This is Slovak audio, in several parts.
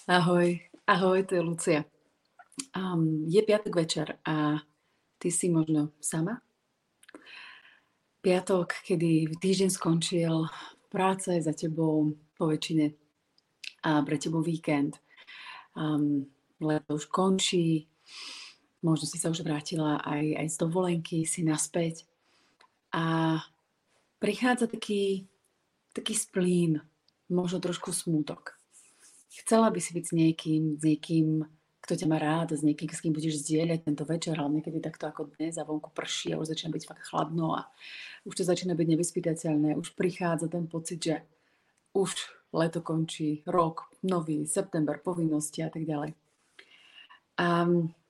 Ahoj, ahoj, to je Lucia. Je piatok večer a ty si možno sama? Piatok, kedy týždeň skončil, práca je za tebou po väčšine a pre tebou víkend. Leto už končí, možno si sa už vrátila aj z dovolenky, si naspäť a prichádza taký splín, možno trošku smútok. Chcela by si byť s niekým, kto ťa má rád, s niekým, s kým budeš zdieľať tento večer, ale niekedy takto ako dnes a vonku prší a už začína byť fakt chladno a už to začína byť nevyspytateľné. Už prichádza ten pocit, že už leto končí, rok, nový, september, povinnosti a tak ďalej. A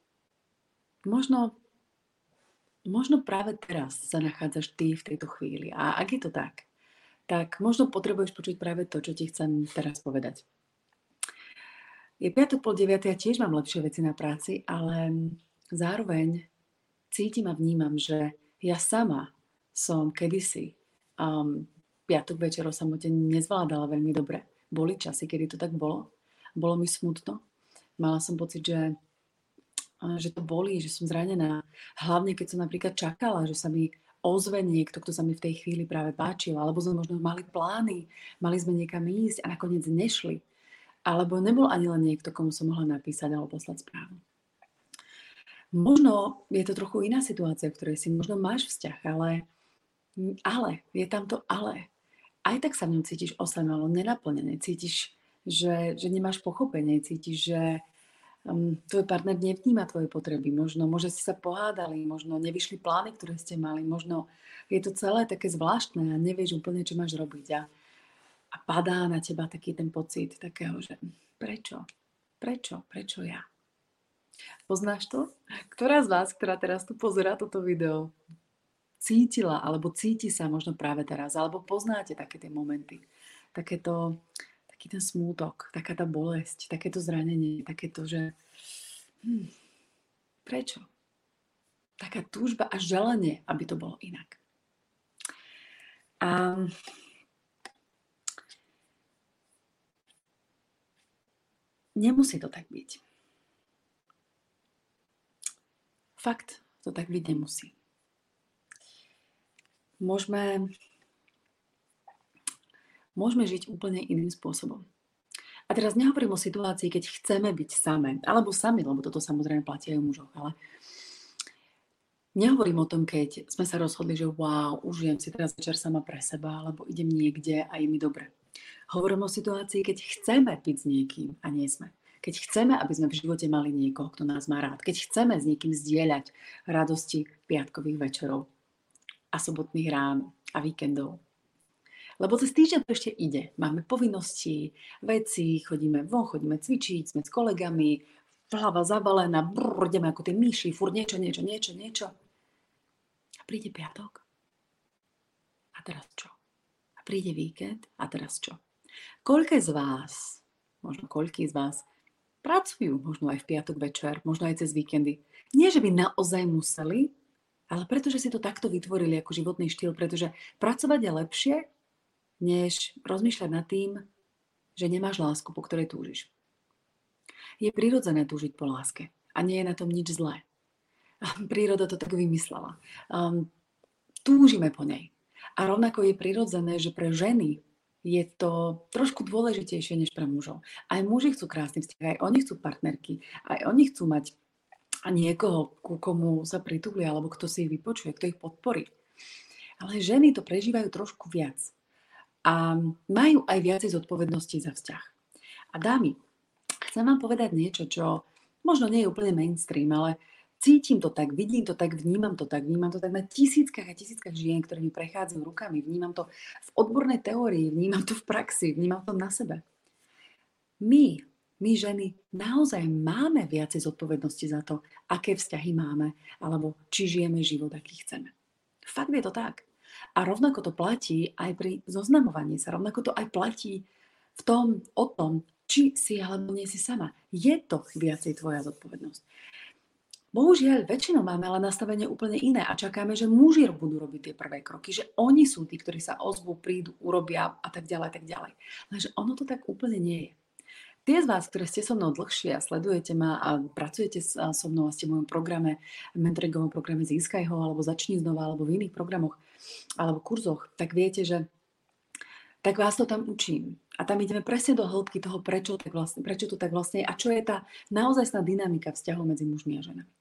možno práve teraz sa nachádzaš ty v tejto chvíli. A ak je to tak možno potrebuješ počuť práve to, čo ti chcem teraz povedať. Je 8:30 a tiež mám lepšie veci na práci, ale zároveň cítim a vnímam, že ja sama som kedysi piatok večer o samote nezvládala veľmi dobre. Boli časy, kedy to tak bolo. Bolo mi smutno. Mala som pocit, že to bolí, že som zranená. Hlavne, keď som napríklad čakala, že sa mi ozve niekto, kto sa mi v tej chvíli práve páčil. Alebo sme možno mali plány, mali sme niekam ísť a nakoniec nešli. Alebo nebol ani len niekto, komu som mohla napísať alebo poslať správu. Možno je to trochu iná situácia, v ktorej si možno máš vzťah, ale je tam to ale. Aj tak sa v ňom cítiš osamelo, nenaplnené. Cítiš, že nemáš pochopenie, cítiš, že tvoj partner nevníma tvoje potreby. Možno si sa pohádali, možno nevyšli plány, ktoré ste mali, možno je to celé také zvláštne a nevieš úplne, čo máš robiť. A padá na teba taký ten pocit takého, že prečo ja? Poznáš to? Ktorá z vás, ktorá teraz tu pozerá toto video, cítila alebo cíti sa možno práve teraz, alebo poznáte také tie momenty, taký ten smútok, taká tá bolesť, takéto zranenie, takéto, že prečo? Taká túžba a želanie, aby to bolo inak. A nemusí to tak byť. Fakt, to tak byť nemusí. Môžeme žiť úplne iným spôsobom. A teraz nehovorím o situácii, keď chceme byť samé, alebo sami, lebo toto samozrejme platí aj o mužoch, ale nehovorím o tom, keď sme sa rozhodli, že wow, užijem si teraz večer sama pre seba, alebo idem niekde a je mi dobre. Hovorím o situácii, keď chceme byť s niekým a nie sme. Keď chceme, aby sme v živote mali niekoho, kto nás má rád. Keď chceme s niekým zdieľať radosti piatkových večerov a sobotných rán a víkendov. Lebo cez týždeň to ešte ide. Máme povinnosti, veci, chodíme von, chodíme cvičiť, sme s kolegami, hlava zabalená, ideme ako tie myši, furt niečo. A príde piatok. A teraz čo? A príde víkend. A teraz čo? Koľké z vás pracujú možno aj v piatok večer, možno aj cez víkendy? Nie, že by naozaj museli, ale pretože si to takto vytvorili ako životný štýl, pretože pracovať je lepšie, než rozmýšľať nad tým, že nemáš lásku, po ktorej túžiš. Je prirodzené túžiť po láske a nie je na tom nič zlé. Príroda to tak vymyslela. Túžime po nej. A rovnako je prirodzené, že pre ženy je to trošku dôležitejšie než pre mužov. Aj muži chcú krásny vzťah, aj oni chcú partnerky, aj oni chcú mať niekoho, ku komu sa pritúlia, alebo kto si ich vypočuje, kto ich podporí. Ale ženy to prežívajú trošku viac. A majú aj viacej zodpovedností za vzťah. A dámy, chcem vám povedať niečo, čo možno nie je úplne mainstream, ale cítim to tak, vidím to tak, vnímam to tak na tisíckach a tisíckach žien, ktoré mi prechádzajú rukami, vnímam to v odbornej teórii, vnímam to v praxi, vnímam to na sebe. My ženy naozaj máme viacej zodpovednosti za to, aké vzťahy máme, alebo či žijeme život, aký chceme. Fakt je to tak. A rovnako to platí aj pri zoznamovaní sa, rovnako to aj platí o tom, či si alebo nie si sama. Je to viacej tvoja zodpovednosť. Bohužiaľ, väčšinou máme ale nastavenie úplne iné a čakáme, že muži budú robiť tie prvé kroky, že oni sú tí, ktorí sa ozvú, prídu, urobia a tak ďalej, tak ďalej. Lenže ono to tak úplne nie je. Tie z vás, ktoré ste so mnou dlhšie a sledujete ma a pracujete so mnou a ste v mojom programe, mentoringovom programe Získaj ho, alebo Začni znova, alebo v iných programoch, alebo kurzoch, tak viete, že tak vás to tam učím. A tam ideme presne do hĺbky toho, prečo to tak vlastne je a čo je tá naozajstná dynamika vzťahov medzi mužmi a ženami.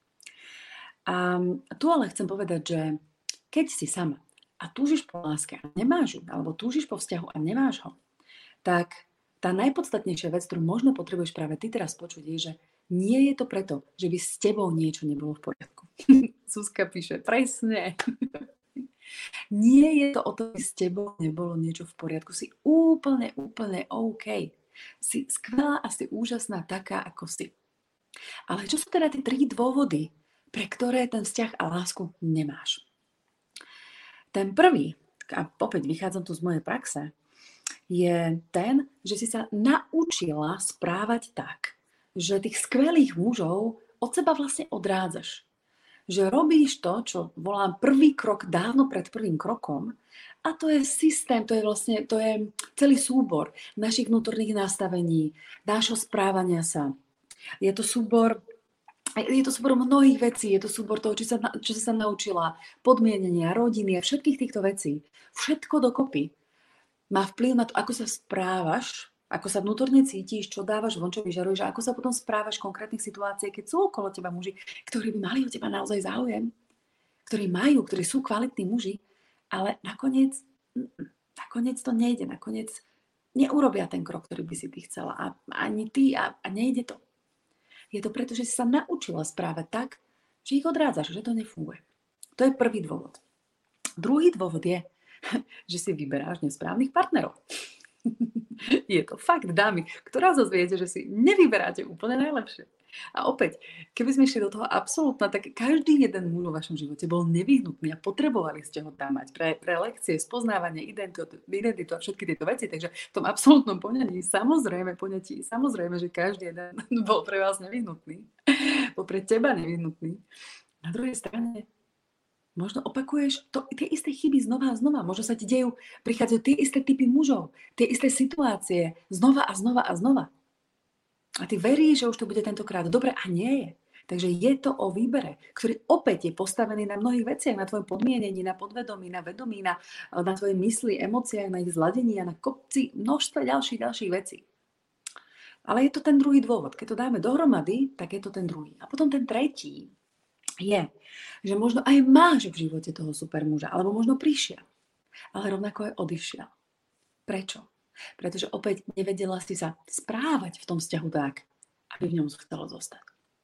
A tu ale chcem povedať, že keď si sama a túžiš po láske a nemáš ju, alebo túžiš po vzťahu a nemáš ho, tak tá najpodstatnejšia vec, ktorú možno potrebuješ práve ty teraz počuť, je, že nie je to preto, že by s tebou niečo nebolo v poriadku. Zuzka píše, presne. Nie je to o to, že s tebou nebolo niečo v poriadku. Si úplne OK. Si skvelá a si úžasná taká, ako si. Ale čo sú teda tie 3 dôvody, pre ktoré ten vzťah a lásku nemáš? Ten prvý, a opäť vychádzam tu z mojej praxe, je ten, že si sa naučila správať tak, že tých skvelých mužov od seba vlastne odrádzaš. Že robíš to, čo volám prvý krok dávno pred prvým krokom, a to je systém, to je celý súbor našich vnútorných nastavení, nášho správania sa. Je to súbor mnohých vecí, je to súbor toho, čo si sa naučila, podmienenia, rodiny a všetkých týchto vecí. Všetko dokopy má vplyv na to, ako sa správaš, ako sa vnútorne cítiš, čo dávaš von, čo vyžaruješ a ako sa potom správaš v konkrétnych situáciách, keď sú okolo teba muži, ktorí by mali o teba naozaj záujem, ktorí sú kvalitní muži, ale nakoniec to nejde, nakoniec neurobia ten krok, ktorý by si ty chcela a ani ty a nejde to. Je to preto, že si sa naučila správať tak, že ich odrádzaš, že to nefunguje. To je prvý dôvod. Druhý dôvod je, že si vyberáš nesprávnych partnerov. Je to fakt, dámy, ktorá zase viete, že si nevyberáte úplne najlepšie. A opäť, keby sme išli do toho absolútna, tak každý jeden muž vo vašom živote bol nevyhnutný a potrebovali ste ho tam mať pre lekcie, spoznávanie, identitu a všetky tieto veci. Takže v tom absolútnom poňatí samozrejme, že každý jeden bol pre vás nevyhnutný. Bol pre teba nevyhnutný. Na druhej strane možno opakuješ tie isté chyby znova a znova. Možno sa ti prichádzajú tie isté typy mužov, tie isté situácie znova a znova a znova. A ty veríš, že už to bude tentokrát dobre a nie je. Takže je to o výbere, ktorý opäť je postavený na mnohých veciach, na tvojom podmienení, na podvedomí, na vedomí, na tvojej mysli, emóciách, na ich zladení a na kopci množstva ďalších vecí. Ale je to ten druhý dôvod. Keď to dáme dohromady, tak je to ten druhý. A potom ten tretí je, že možno aj máš v živote toho super muža, alebo možno prišiel, ale rovnako aj odišiel. Prečo? Pretože opäť nevedela si sa správať v tom vzťahu tak, aby v ňom chcelo zostať.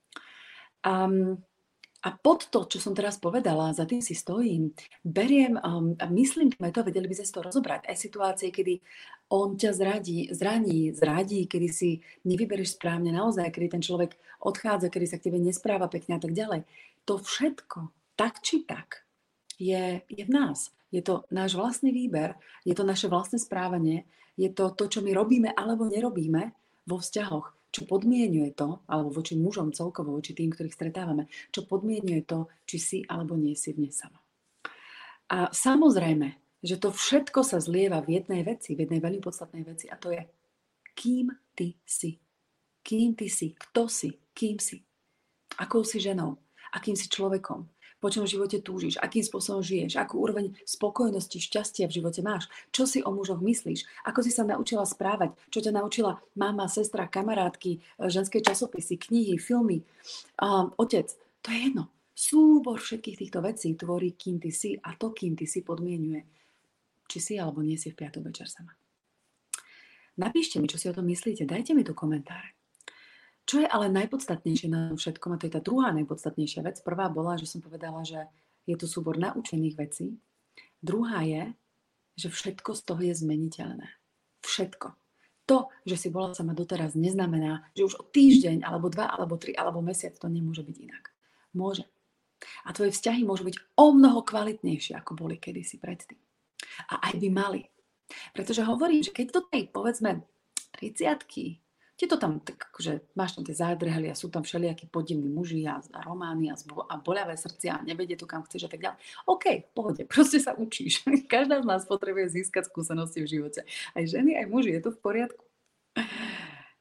A pod to, čo som teraz povedala, za tým si stojím, beriem a myslím, vedeli by sme to rozobrať. Aj situácie, kedy on ťa zradí, kedy si nevyberieš správne naozaj, kedy ten človek odchádza, kedy sa k tebe nespráva pekne a tak ďalej. To všetko, tak či tak, je v nás. Je to náš vlastný výber, je to naše vlastné správanie, je to to, čo my robíme alebo nerobíme vo vzťahoch, čo podmienuje to, alebo voči mužom celkovo, voči tým, ktorých stretávame, čo podmienuje to, či si alebo nie si dnes sama. A samozrejme, že to všetko sa zlieva v jednej veci, v jednej veľmi podstatnej veci, a to je, kým ty si. Kým ty si, kto si, kým si. Akou si ženou, akým si človekom, po čom v živote túžiš, akým spôsobom žiješ, akú úroveň spokojnosti, šťastia v živote máš, čo si o mužoch myslíš, ako si sa naučila správať, čo ťa naučila mama, sestra, kamarátky, ženské časopisy, knihy, filmy, otec. To je jedno. Súbor všetkých týchto vecí tvorí, kým ty si, a to, kým ty si, podmienuje, či si alebo nie si v piatok večer sama. Napíšte mi, čo si o tom myslíte, dajte mi do komentáre. Čo je ale najpodstatnejšie na všetkom, a to je tá druhá najpodstatnejšia vec. Prvá bola, že som povedala, že je to súbor naučených vecí. Druhá je, že všetko z toho je zmeniteľné. Všetko. To, že si bola sama doteraz, neznamená, že už o týždeň, alebo 2, alebo 3, alebo mesiac to nemôže byť inak. Môže. A tvoje vzťahy môžu byť o mnoho kvalitnejšie, ako boli kedysi predtým. A aj by mali. Pretože hovorím, že keď do tej, povedzme, 30-ky, ti to tam, tak akože máš tam tie zádrhely a sú tam všelijakí podivní muži a romány a boľavé srdcia a nevedie tu kam chceš a tak ďalej. OK, v pohode, proste sa učíš. Každá z nás potrebuje získať skúsenosti v živote. Aj ženy, aj muži, je to v poriadku.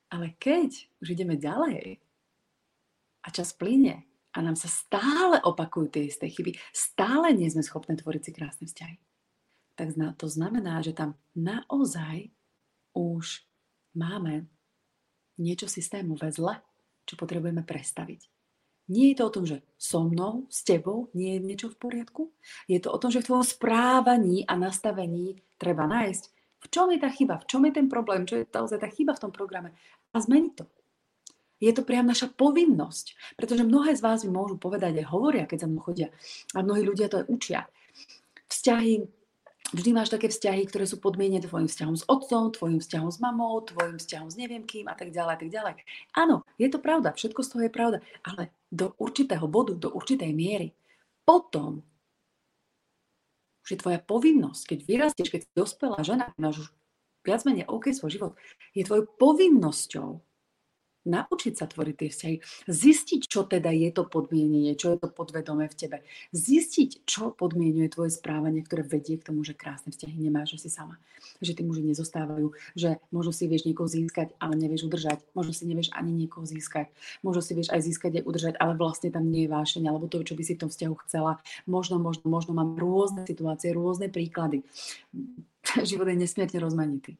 Ale keď už ideme ďalej a čas plynie a nám sa stále opakujú tie isté chyby, stále nie sme schopné tvoriť si krásne vzťahy, tak to znamená, že tam naozaj už máme niečo systémové zle, čo potrebujeme prestaviť. Nie je to o tom, že so mnou, s tebou nie je niečo v poriadku. Je to o tom, že v tvojom správaní a nastavení treba nájsť, v čom je tá chyba, v čom je ten problém, čo je tá chyba v tom programe a zmeniť to. Je to priam naša povinnosť, pretože mnohé z vás mi môžu povedať, aj hovoria, keď za mnou chodia, a mnohí ľudia to aj učia. Vzťahy, vždy máš také vzťahy, ktoré sú podmienené tvojim vzťahom s otcom, tvojim vzťahom s mamou, tvojim vzťahom s neviem kým a tak ďalej, a tak ďalej. Áno, je to pravda, všetko z toho je pravda, ale do určitého bodu, do určitej miery. Potom už je tvoja povinnosť, keď vyrastieš, keď si dospelá žena, máš už viac menej OK svoj život, je tvojou povinnosťou naučiť sa tvoriť tie vzťahy, zistiť, čo teda je to podmienenie, čo je to podvedomé v tebe, zistiť, čo podmienuje tvoje správanie, ktoré vedie k tomu, že krásne vzťahy nemáš, že si sama, že tí muži nezostávajú, že možno si vieš niekoho získať, ale nevieš udržať, možno si nevieš ani niekoho získať, možno si vieš aj získať, aj udržať, ale vlastne tam nie je vášeň, alebo to, čo by si v tom vzťahu chcela. Možno mám rôzne situácie, rôzne príklady. Život je nesmierne rozmanitý.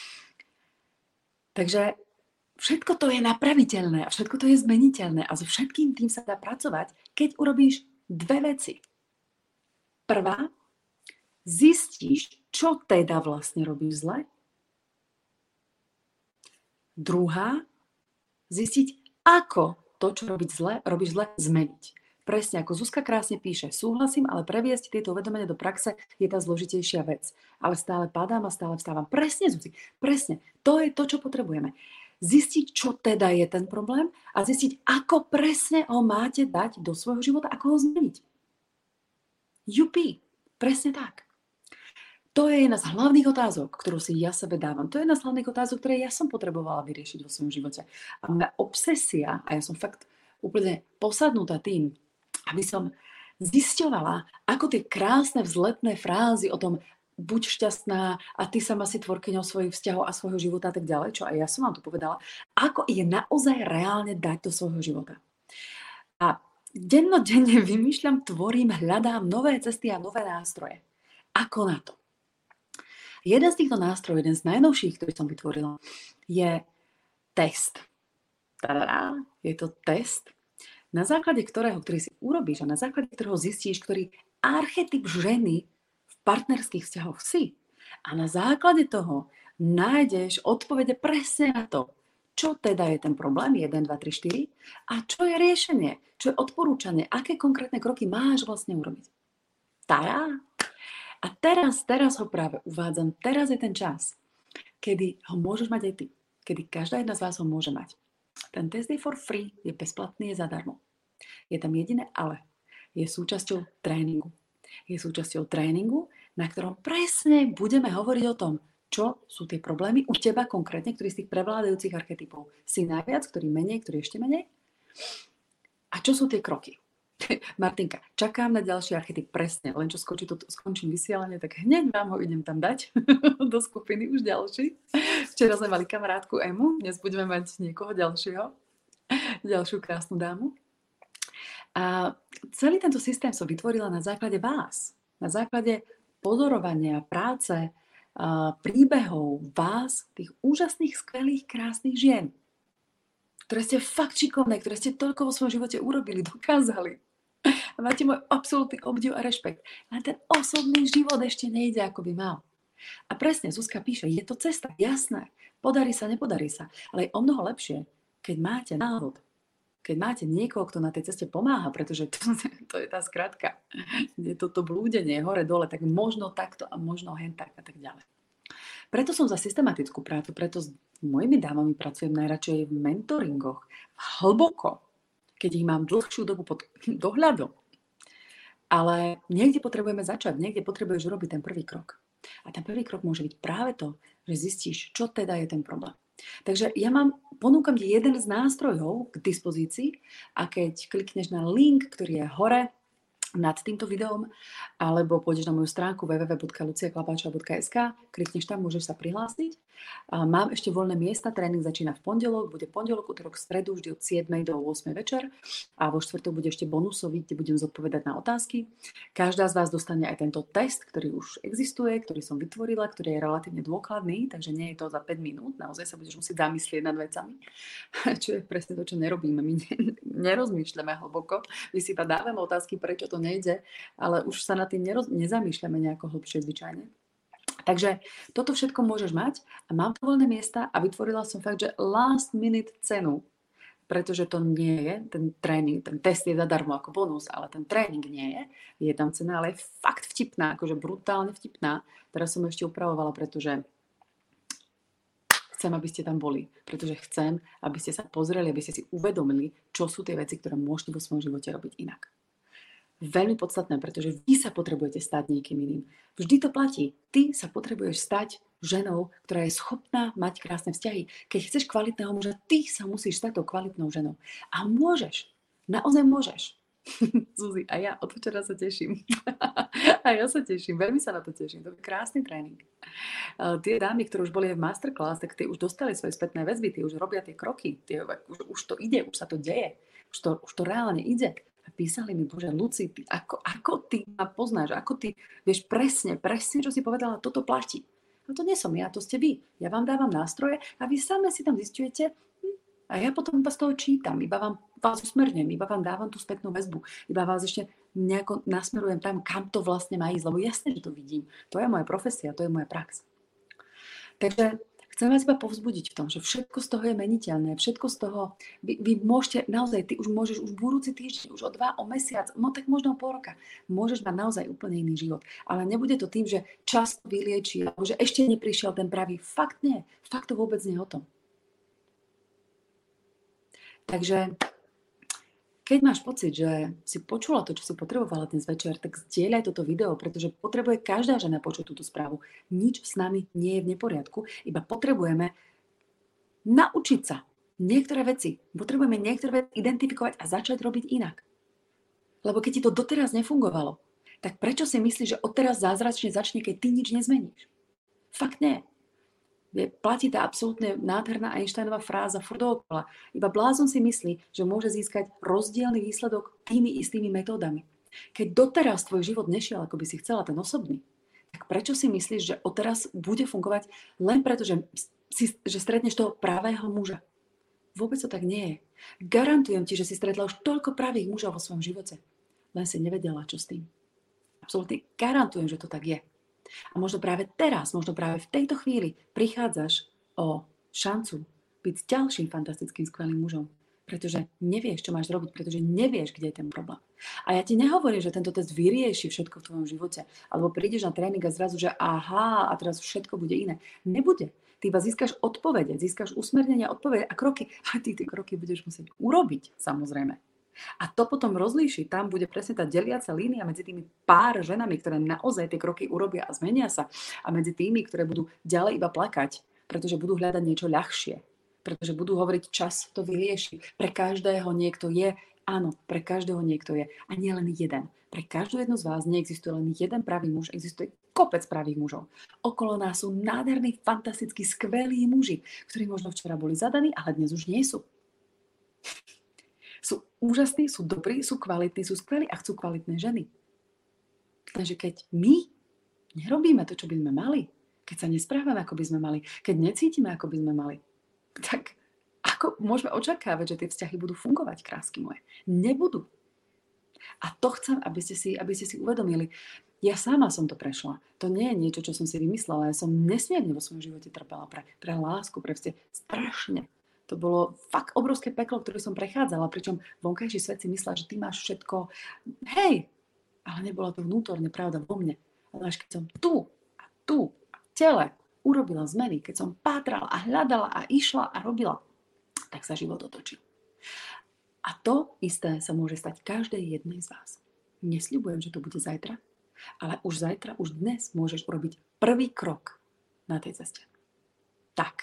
Takže všetko to je napraviteľné a všetko to je zmeniteľné a so všetkým tým sa dá pracovať, keď urobíš dve veci. Prvá, zistíš, čo teda vlastne robíš zle. Druhá, zistiť, ako to, čo robíš zle, zmeniť. Presne ako Zuzka krásne píše, súhlasím, ale previesť tieto uvedomenia do praxe je tá zložitejšia vec. Ale stále padám a stále vstávam. Presne, Zuzi, presne. To je to, čo potrebujeme. Zistiť, čo teda je ten problém a zistiť, ako presne ho máte dať do svojho života, ako ho zmeniť. Jupi, presne tak. To je jedna z hlavných otázok, ktorú si ja sebe dávam. To je jedna z hlavných otázok, ktoré ja som potrebovala vyriešiť vo svojom živote. A moja obsesia, a ja som fakt úplne posadnutá tým, aby som zisťovala, ako tie krásne vzletné frázy o tom buď šťastná a ty sama si tvorkyňou svojich vzťahov a svojho života a tak ďalej, čo aj ja som vám to povedala, ako je naozaj reálne dať do svojho života. A dennodenne vymýšľam, tvorím, hľadám nové cesty a nové nástroje. Ako na to? Jeden z týchto nástrojov, jeden z najnovších, ktorý som vytvorila, je test. Tadá, je to test, na základe ktorý si urobíš a na základe ktorého zistíš, ktorý archetyp ženy v partnerských vzťahoch si. A na základe toho nájdeš odpovede presne na to, čo teda je ten problém, 1, 2, 3, 4, a čo je riešenie, čo je odporúčanie, aké konkrétne kroky máš vlastne urobiť. Tadá! A teraz ho práve uvádzam, teraz je ten čas, kedy ho môžeš mať aj ty, kedy každá jedna z vás ho môže mať. Ten test je for free, je bezplatný, je zadarmo. Je tam jediné ale. Je súčasťou tréningu. Je súčasťou tréningu, na ktorom presne budeme hovoriť o tom, čo sú tie problémy u teba konkrétne, ktorý z tých prevládajúcich archetypov si najviac, ktorý menej, ktorý ešte menej. A čo sú tie kroky? Martinka, čakám na ďalší archetyp presne, len čo skončím vysielanie, tak hneď vám ho idem tam dať do skupiny, už ďalší. Včera sme mali kamarátku Emu, dnes budeme mať niekoho ďalšieho, ďalšiu krásnu dámu. A celý tento systém som vytvorila na základe vás, na základe pozorovania, práce, príbehov vás, tých úžasných, skvelých, krásnych žien, ktoré ste fakt šikovné, ktoré ste toľko vo svojom živote urobili, dokázali. A máte môj absolútny obdiv a rešpekt. Len ten osobný život ešte nejde, ako by mal. A presne, Zuzka píše, je to cesta, jasné. Podarí sa, nepodarí sa. Ale je o mnoho lepšie, keď máte návod. Keď máte niekoho, kto na tej ceste pomáha, pretože to je tá skratka. Je toto blúdenie hore-dole, tak možno takto a možno hen tak a tak ďalej. Preto som za systematickú prácu, preto s mojimi dámami pracujem najradšej v mentoringoch, hlboko, keď ich mám dlhšiu dobu pod dohľadom. Ale niekde potrebujeme začať, niekde potrebuješ urobiť ten prvý krok. A ten prvý krok môže byť práve to, že zistíš, čo teda je ten problém. Takže ponúkam ti jeden z nástrojov k dispozícii a keď klikneš na link, ktorý je hore nad týmto videom, alebo pôjdeš na moju stránku www.luciaklapáčová.sk, klikneš tam, môžeš sa prihlásiť. Mám ešte voľné miesta, tréning začína v pondelok, bude pondelok, utorok, stredu, vždy od 7 do 8 večer a vo štvrtok bude ešte bonusový, kde budem zodpovedať na otázky. Každá z vás dostane aj tento test, ktorý už existuje, ktorý som vytvorila, ktorý je relatívne dôkladný, takže nie je to za 5 minút, naozaj sa budeš musieť zamyslieť nad vecami, čo je presne to, čo nerobíme. My nerozmýšľame hlboko, my si iba dávame otázky, prečo to nejde, ale už sa nad tým nezamýšľame nejako hlbšie zvyčajne. Takže toto všetko môžeš mať a mám voľné miesta a vytvorila som fakt, že last minute cenu, pretože to nie je, ten tréning, ten test je zadarmo ako bonus, ale ten tréning nie je tam cena, ale je fakt vtipná, akože brutálne vtipná. Teraz som ešte upravovala, pretože chcem, aby ste tam boli, pretože chcem, aby ste sa pozreli, aby ste si uvedomili, čo sú tie veci, ktoré môžete vo svojom živote robiť inak. Veľmi podstatné, pretože vy sa potrebujete stať niekým iným. Vždy to platí. Ty sa potrebuješ stať ženou, ktorá je schopná mať krásne vzťahy. Keď chceš kvalitného muža, ty sa musíš stať tou kvalitnou ženou. A môžeš. Naozaj môžeš. Zuzi, a ja od včera sa teším. A ja sa teším, veľmi sa na to teším. To je krásny tréning. Tie dámy, ktoré už boli v masterclass, tak tie už dostali svoje spätné väzby, tie už robia tie kroky, už to ide, už sa to deje, už to reálne ide. A písali mi, Bože, Luci, ty, ako ty ma poznáš, ako ty vieš presne, čo si povedala, toto platí. No to nie som ja, to ste vy. Ja vám dávam nástroje a vy same si tam zisťujete a ja potom iba z toho čítam, iba vás usmerňujem, iba vám dávam tú spätnú väzbu, iba vás ešte nejako nasmerujem tam, kam to vlastne má ísť, lebo jasne, že to vidím. To je moja profesia, to je moja prax. Takže chcem vás iba povzbudiť v tom, že všetko z toho je meniteľné, všetko z toho, vy môžete, naozaj, ty už môžeš už budúci týždeň, už o mesiac, no tak možno pol roka, môžeš mať naozaj úplne iný život. Ale nebude to tým, že čas vyliečí, alebo že ešte neprišiel ten pravý. Fakt nie, fakt to vôbec nie je o tom. Takže keď máš pocit, že si počula to, čo si potrebovala dnes večer, tak zdieľaj toto video, pretože potrebuje každá žena počuť túto správu. Nič s nami nie je v neporiadku, iba potrebujeme naučiť sa niektoré veci. Potrebujeme niektoré veci identifikovať a začať robiť inak. Lebo keď ti to doteraz nefungovalo, tak prečo si myslíš, že odteraz zázračne začne, keď ty nič nezmeníš? Fakt nie. Platí tá absolútne nádherná Einsteinová fráza furt dookola. Iba blázon si myslí, že môže získať rozdielny výsledok tými istými metódami. Keď doteraz tvoj život nešiel, ako by si chcela, ten osobný, tak prečo si myslíš, že odteraz bude fungovať len preto, že stretneš toho pravého muža? Vôbec to tak nie je. Garantujem ti, že si stretla už toľko pravých mužov vo svojom živote. Len si nevedela, čo s tým. Absolútne garantujem, že to tak je. A možno práve teraz, možno práve v tejto chvíli prichádzaš o šancu byť ďalším fantastickým, skvelým mužom. Pretože nevieš, čo máš robiť, pretože nevieš, kde je ten problém. A ja ti nehovorím, že tento test vyrieši všetko v tvojom živote. Alebo prídeš na tréning a zrazu, že aha, a teraz všetko bude iné. Nebude. Ty iba získaš odpovede, získaš usmernenia, odpovede a kroky. A ty tie kroky budeš musieť urobiť, samozrejme. A to potom rozlíši, tam bude presne tá deliaca línia medzi tými pár ženami, ktoré naozaj tie kroky urobia a zmenia sa, a medzi tými, ktoré budú ďalej iba plakať, pretože budú hľadať niečo ľahšie, pretože budú hovoriť, čas to vyrieši. Pre každého niekto je, áno, pre každého niekto je. A nie len jeden. Pre každú jednu z vás neexistuje len jeden pravý muž, existuje kopec pravých mužov. Okolo nás sú nádherní, fantastickí, skvelí muži, ktorí možno včera boli zadaní, ale dnes už nie sú. Sú úžasní, sú dobrí, sú kvalitní, sú skvelí a chcú kvalitné ženy. Takže keď my nerobíme to, čo by sme mali, keď sa nesprávame, ako by sme mali, keď necítime, ako by sme mali, tak ako môžeme očakávať, že tie vzťahy budú fungovať, krásky moje? Nebudú. A to chcem, aby ste si uvedomili. Ja sama som to prešla. To nie je niečo, čo som si vymyslela. Ja som nesmierne vo svojom živote trpela pre lásku, pre vzťahy. Strašne. To bolo fakt obrovské peklo, ktoré som prechádzala, pričom vonkajší svet si myslel, že ty máš všetko, hej, ale nebola to vnútorne pravda vo mne. Ale až keď som tu a v tele urobila zmeny, keď som pátrala a hľadala a išla a robila, tak sa život otočil. A to isté sa môže stať každej jednej z vás. Nesľubujem, že to bude zajtra, ale už zajtra, už dnes môžeš urobiť prvý krok na tej ceste. Tak.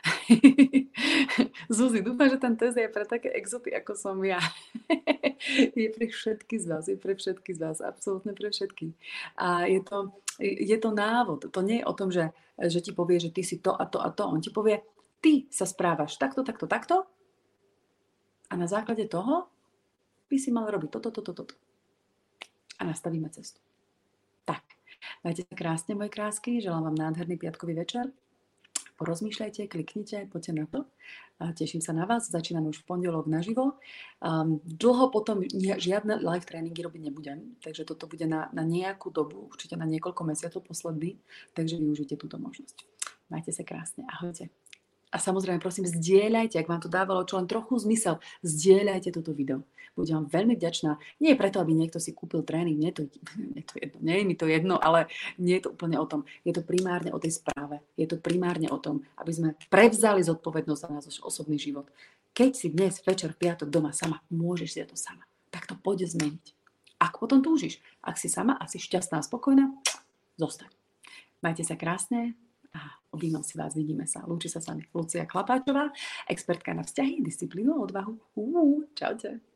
Zuzi, dúfam, že ten test je pre také exoty, ako som ja. Je pre všetky z vás, je pre všetky z vás, absolútne pre všetky. A je to návod. To nie je o tom, že ti povie, že ty si to a to a to. On ti povie, ty sa správaš takto, takto, takto a na základe toho by si mal robiť toto, toto, toto. A nastavíme cestu. Tak, majte sa krásne, moje krásky. Želám vám nádherný piatkový večer. Porozmýšľajte, kliknite, poďte na to. Teším sa na vás. Začíname už v pondelok naživo. Dlho potom žiadne live tréningy robiť nebudem, takže toto bude na nejakú dobu, určite na niekoľko mesiacov posledný, takže využite túto možnosť. Majte sa krásne. Ahojte. A samozrejme, prosím, zdieľajte, ak vám to dávalo čo len trochu zmysel, zdieľajte toto video. Budem vám veľmi vďačná. Nie je preto, aby niekto si kúpil tréning, nie je mi to jedno, ale nie je to úplne o tom. Je to primárne o tej správe. Je to primárne o tom, aby sme prevzali zodpovednosť za náš osobný život. Keď si dnes večer v piatok doma sama, môžeš si to sama. Tak to poď zmeniť. Ak potom túžiš, ak si sama a si šťastná a spokojná, zostaň. Majte sa krásne. Objímam si vás, vidíme sa. Lúči sa s vami Lucia Chlapáčová, expertka na vzťahy, disciplínu a odvahu. Čaute.